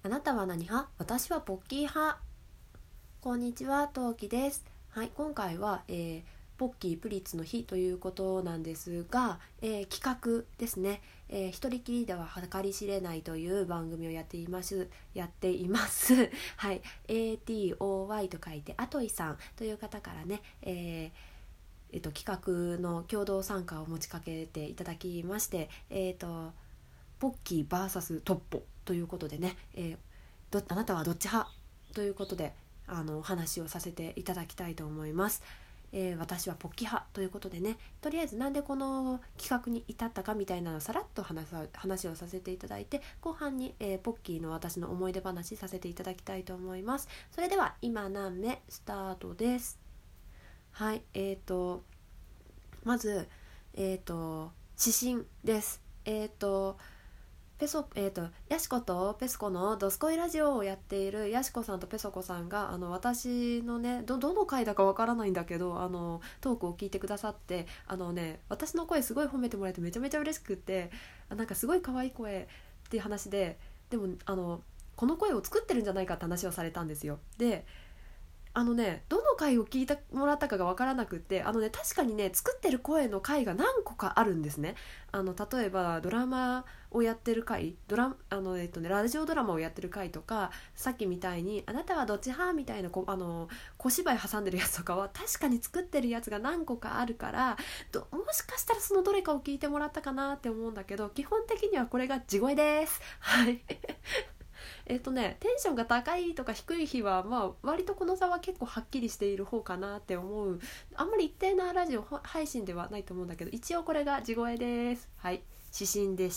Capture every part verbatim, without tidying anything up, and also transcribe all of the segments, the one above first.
あなたは何派？私はポッキー派。こんにちは、トウキです。はい、今回は、えー、ポッキープリッツの日ということなんですが、えー、企画ですね、えー、一人きりでは計り知れないという番組をやっていますやっていますはい、エーティーオーワイ と書いてアトイさんという方からね、えーえっと、企画の共同参加を持ちかけていただきまして、えーとポッキー ブイエス トッポということでね、えー、どあなたはどっち派ということであのお話をさせていただきたいと思います。えー、私はポッキー派ということでね、とりあえずなんでこの企画に至ったかみたいなのをさらっと話さ話をさせていただいて、後半に、えー、ポッキーの私の思い出話させていただきたいと思います。それでは今何目スタートです。はい、えーとまずえーと指針です。えーとペソえーとヤシコとペスコのドスコイラジオをやっているヤシコさんとペソコさんがあの私のね ど, どの回だかわからないんだけどあのトークを聞いてくださって、あのね私の声すごい褒めてもらえてめちゃめちゃ嬉しくって、なんかすごい可愛い声っていう話で、でもあのこの声を作ってるんじゃないかって話をされたんですよ。であのねどの回を聞いてもらったかが分からなくって、あのね確かにね作ってる声の回が何個かあるんですね。あの例えばドラマをやってる回ドラあの、えっとね、ラジオドラマをやってる回とか、さっきみたいにあなたはどっち派みたいなこあの小芝居挟んでるやつとかは確かに作ってるやつが何個かあるから、どもしかしたらそのどれかを聞いてもらったかなって思うんだけど、基本的にはこれが地声です。はいえっとねテンションが高いとか低い日は、まあ、割とこの差は結構はっきりしている方かなって思う。あんまり一定なラジオ配信ではないと思うんだけど、一応これが地声です。はい、指針でした。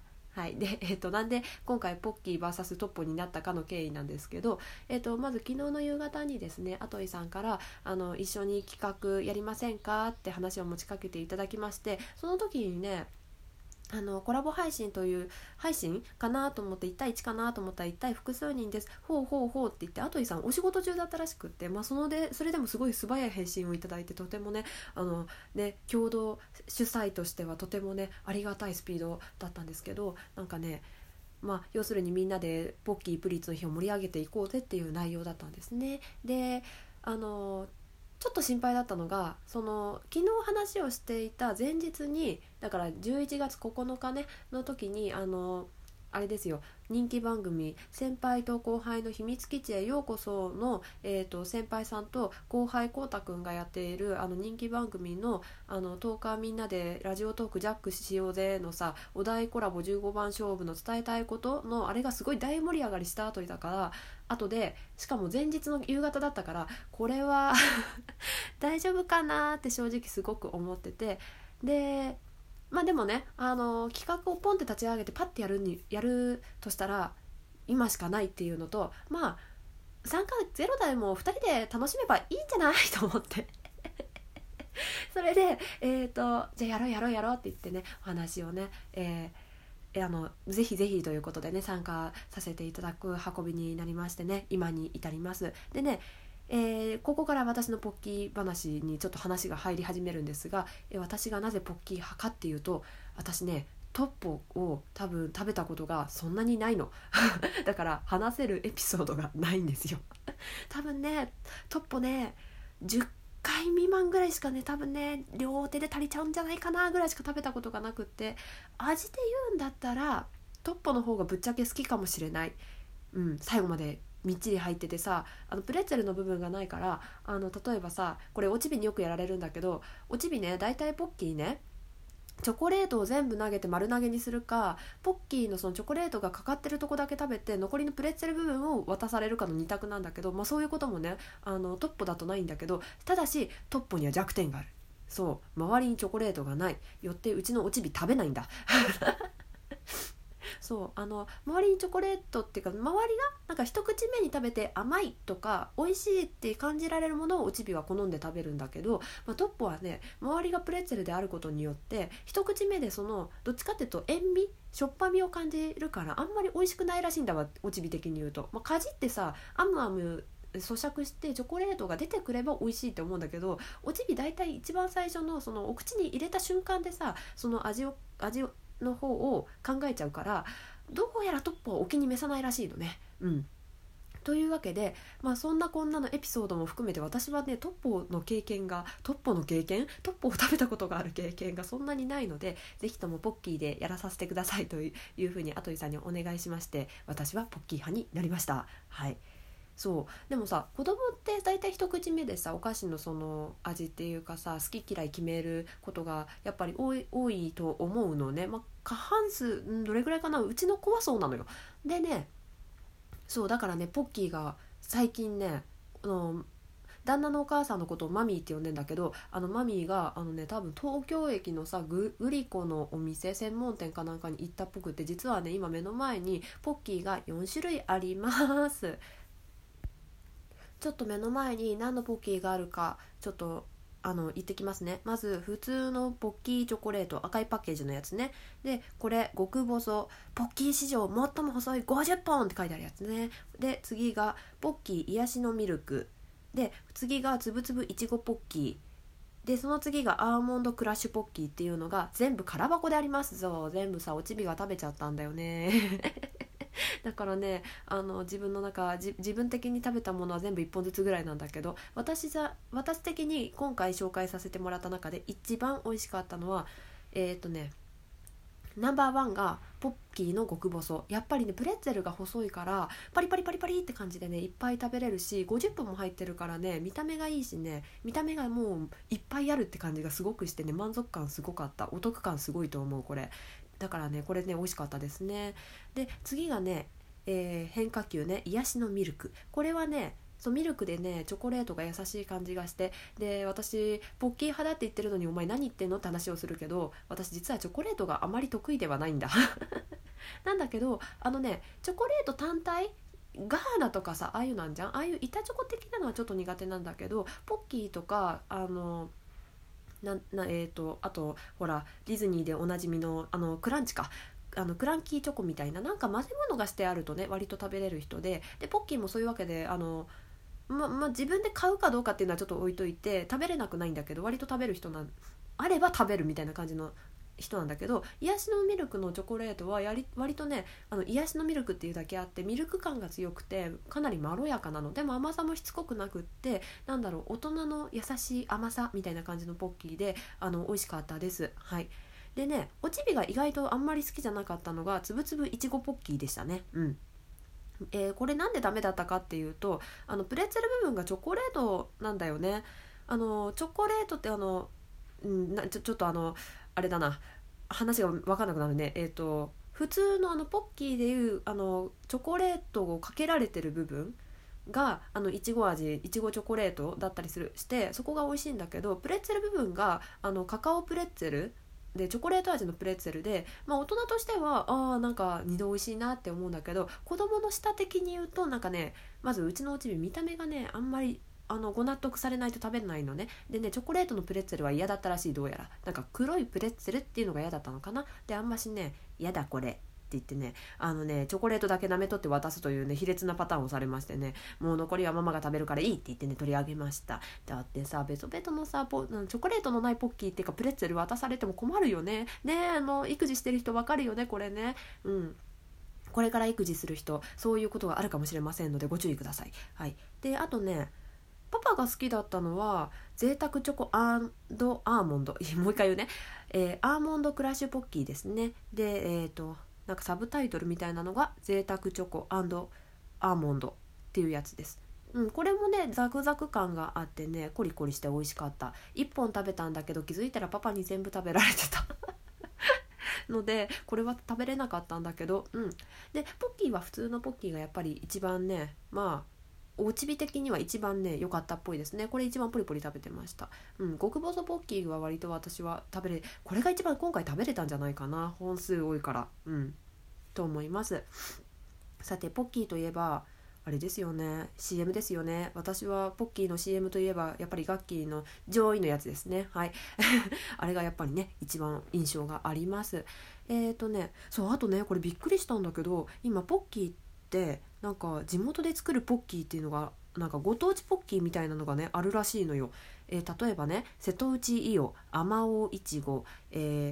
はい、で、えっと、なんで今回ポッキー ブイエス トッポになったかの経緯なんですけど、えっと、まず昨日の夕方にですねアトイさんからあの一緒に企画やりませんかって話を持ちかけていただきまして、その時にねあのコラボ配信という配信かなと思っていち対いちかなと思ったらいち対複数人ですほうほうほうって言って、アトイさんお仕事中だったらしくって、まあ、そのでそれでもすごい素早い返信をいただいて、とてもねあのね共同主催としてはとてもねありがたいスピードだったんですけど、なんかねまあ要するにみんなでポッキープリッツの日を盛り上げていこうぜっていう内容だったんですね。であのちょっと心配だったのが、その昨日話をしていた前日に、だからじゅういちがつここのかねの時にあのあれですよ、人気番組先輩と後輩の秘密基地へようこその、えー、と先輩さんと後輩こうたくんがやっているあの人気番組のあのとおかみんなでラジオトークジャックしようぜのさ、お題コラボじゅうごばん勝負の伝えたいことのあれがすごい大盛り上がりした後だから後で、しかも前日の夕方だったから、これは大丈夫かなって正直すごく思ってて、でまあでもねあの企画をポンって立ち上げてパッてやるにやるとしたら今しかないっていうのと、まあ参加ゼロでもふたりで楽しめばいいんじゃないと思ってそれでえっ、ー、とじゃあやろうやろうやろうって言ってねお話をね、えー、あのぜひぜひということでね参加させていただく運びになりましてね、今に至ります。でねえー、ここから私のポッキー話にちょっと話が入り始めるんですが、えー、私がなぜポッキー派かっていうと、私ねトッポを多分食べたことがそんなにないのだから話せるエピソードがないんですよ多分ねトッポねじゅっかい未満ぐらいしかね多分ね両手で足りちゃうんじゃないかなぐらいしか食べたことがなくって、味で言うんだったらトッポの方がぶっちゃけ好きかもしれない。うん、最後までみっちり入っててさ、あのプレッツェルの部分がないから、あの例えばさこれおちびによくやられるんだけど、おちびねだいたいポッキーねチョコレートを全部投げて丸投げにするか、ポッキーのそのチョコレートがかかってるとこだけ食べて残りのプレッツェル部分を渡されるかのに択なんだけど、まあそういうこともねあのトッポだとないんだけど、ただしトッポには弱点がある。そう周りにチョコレートがない、よってうちのおちび食べないんだそうあの周りにチョコレートっていうか周りがなんか一口目に食べて甘いとか美味しいって感じられるものをおちびは好んで食べるんだけど、まあ、トッポはね周りがプレッツェルであることによって一口目でそのどっちかっていうと塩味しょっぱみを感じるからあんまり美味しくないらしいんだわ、おちび的に言うと、まあ、かじってさアムアム咀嚼してチョコレートが出てくれば美味しいって思うんだけど、おちび大体一番最初のそのお口に入れた瞬間でさその味を味をの方を考えちゃうから、 どうやらトッポはお気に召さないらしいのね。うんというわけで、まあ、そんなこんなのエピソードも含めて、私はねトッポの経験がトッポの経験トッポを食べたことがある経験がそんなにないので、ぜひともポッキーでやらさせてくださいというふうにアトイさんにお願いしまして、私はポッキー派になりました。はい。そうでもさ、子供って大体一口目でさ、お菓子のその味っていうかさ、好き嫌い決めることがやっぱり多い、多いと思うのね。まあ、過半数んどれくらいかな、うちの子はそうなのよ。でね、そうだからね、ポッキーが最近ね、あの旦那のお母さんのことをマミーって呼んでんだけど、あのマミーがあのね、多分東京駅のさググリコのお店専門店かなんかに行ったっぽくて、実はね今目の前にポッキーがよん種類あります。ちょっと目の前に何のポッキーがあるかちょっとあの言ってきますね。まず普通のポッキーチョコレート、赤いパッケージのやつね。でこれ極細ポッキー史上最も細いごじゅっぽんって書いてあるやつね。で次がポッキー癒しのミルクで、次がつぶつぶいちごポッキーで、その次がアーモンドクラッシュポッキーっていうのが全部空箱であります。そう全部さ、おちびが食べちゃったんだよねだからね、あの自分の中じ自分的に食べたものは全部いっぽんずつぐらいなんだけど、私じゃ私的に今回紹介させてもらった中で一番美味しかったのはえっ、ー、とねナンバーワンがポッキーの極細。やっぱりねプレッツェルが細いからパリパリパリパリって感じでねいっぱい食べれるし、ごじゅっぽんも入ってるからね、見た目がいいしね、見た目がもういっぱいあるって感じがすごくしてね、満足感すごかった。お得感すごいと思うこれ。だからねこれね美味しかったですね。で次がね、えー変化球ね、癒しのミルク。これはねそうミルクでねチョコレートが優しい感じがして、で私ポッキー派だって言ってるのにお前何言ってんのって話をするけど、私実はチョコレートがあまり得意ではないんだなんだけどあのねチョコレート単体ガーナとかさ、ああいうなんじゃん、ああいう板チョコ的なのはちょっと苦手なんだけど、ポッキーとかあのななえーとあとほらディズニーでおなじみのあのクランチか、あのクランキーチョコみたいななんか混ぜ物がしてあるとね割と食べれる人で、でポッキーもそういうわけであのままあ自分で買うかどうかっていうのはちょっと置いといて、食べれなくないんだけど割と食べる人なんあれば食べるみたいな感じの人なんだけど、癒しのミルクのチョコレートはやり割とね、あの癒しのミルクっていうだけあってミルク感が強くてかなりまろやかなのでも甘さもしつこくなくって、なんだろう大人の優しい甘さみたいな感じのポッキーであの美味しかったです。はい。でね、おちびが意外とあんまり好きじゃなかったのがつぶつぶいちごポッキーでしたね。うん。えーこれなんでダメだったかっていうと、あのプレッツェル部分がチョコレートなんだよね。あのチョコレートってあの、うん、なちょちょっとあのあれだな、話が分かんなくなるね。えっ、と普通のあのポッキーでいうあのチョコレートをかけられてる部分があのいちご味、いちごチョコレートだったりするしてそこが美味しいんだけど、プレッツェル部分があのカカオプレッツェルでチョコレート味のプレッツェルで、まあ、大人としてはあーなんか二度美味しいなって思うんだけど、子供の舌的に言うとなんかね、まずうちのおちび見た目がねあんまりあのご納得されないと食べないのね。でねチョコレートのプレッツェルは嫌だったらしい。どうやらなんか黒いプレッツェルっていうのが嫌だったのかな。であんましね嫌だこれって言ってね、あのねチョコレートだけ舐め取って渡すというね卑劣なパターンをされましてね、もう残りはママが食べるからいいって言ってね取り上げました。だってさベトベトのさポチョコレートのないポッキーっていうかプレッツェル渡されても困るよね。ねえあの育児してる人わかるよねこれね。うんこれから育児する人そういうことがあるかもしれませんのでご注意ください。はい。であとねパパが好きだったのは贅沢チョコアーモンドもう一回言うね、えー、アーモンドクラッシュポッキーですね。でえっ、ー、となんかサブタイトルみたいなのが贅沢チョコアーモンドっていうやつです。うん、これもねザクザク感があってねコリコリして美味しかった。いっぽん食べたんだけど気づいたらパパに全部食べられてたのでこれは食べれなかったんだけど、うん、でポッキーは普通のポッキーがやっぱり一番ね、まあおちび的には一番ね良かったっぽいですね。これ一番ポリポリ食べてました。うん、極細ポッキーは割と私は食べれこれが一番今回食べれたんじゃないかな、本数多いから。うんと思います。さてポッキーといえばあれですよね、 シーエム ですよね。私はポッキーの シーエム といえばやっぱりガッキーの上位のやつですね。はいあれがやっぱりね一番印象があります。えーとねそうあとねこれびっくりしたんだけど、今ポッキーってなんか地元で作るポッキーっていうのがなんかご当地ポッキーみたいなのがねあるらしいのよ。えー例えばね瀬戸内伊予、あまおういちご、えー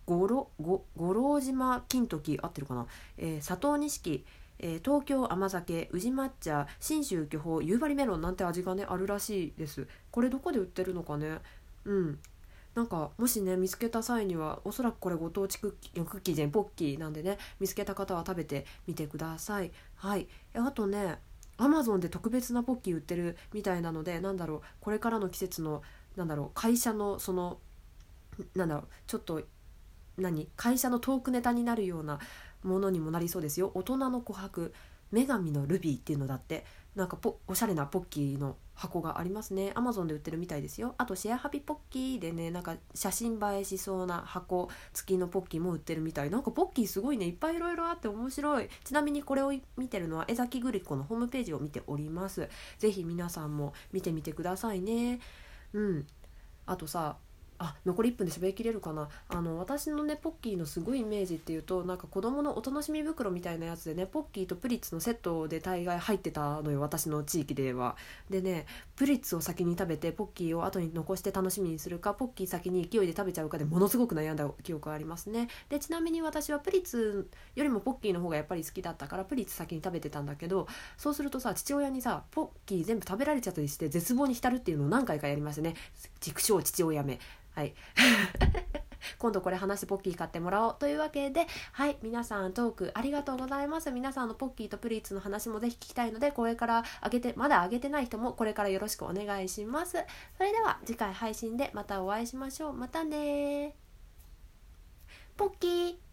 五郎ご五郎島金時合ってるかな、えー、佐藤錦、えー、東京甘酒、宇治抹茶、信州巨峰、夕張メロンなんて味がねあるらしいです。これどこで売ってるのかね。うんなんかもしね見つけた際には、おそらくこれご当地クッキークッキーじゃんポッキーなんでね、見つけた方は食べてみてください。はい。あとねアマゾンで特別なポッキー売ってるみたいなので、なんだろうこれからの季節のなんだろう会社のそのなんだろうちょっと何会社のトークネタになるようなものにもなりそうですよ。大人の琥珀女神のルビーっていうのだって、なんかポおしゃれなポッキーの箱がありますね。アマゾンで売ってるみたいですよ。あとシェアハピポッキーでね、なんか写真映えしそうな箱付きのポッキーも売ってるみたい。なんかポッキーすごいね、いっぱいいろいろあって面白い。ちなみにこれを見てるのは江崎グリコのホームページを見ております。ぜひ皆さんも見てみてくださいね。うんあとさあ残りいっぷんで喋りきれるかな。あの私のねポッキーのすごいイメージっていうと、なんか子供のお楽しみ袋みたいなやつでね、ポッキーとプリッツのセットで大概入ってたのよ、私の地域では。でねプリッツを先に食べてポッキーを後に残して楽しみにするか、ポッキー先に勢いで食べちゃうかでものすごく悩んだ記憶がありますね。でちなみに私はプリッツよりもポッキーの方がやっぱり好きだったからプリッツ先に食べてたんだけど、そうするとさ父親にさポッキー全部食べられちゃったりして絶望に浸るっていうのを何回かやりましたね。畜生父親め。はい今度これ話してポッキー買ってもらおうというわけで、はい皆さんトークありがとうございます。皆さんのポッキーとプリッツの話もぜひ聞きたいので、これからあげてまだあげてない人もこれからよろしくお願いします。それでは次回配信でまたお会いしましょう。またねポッキー。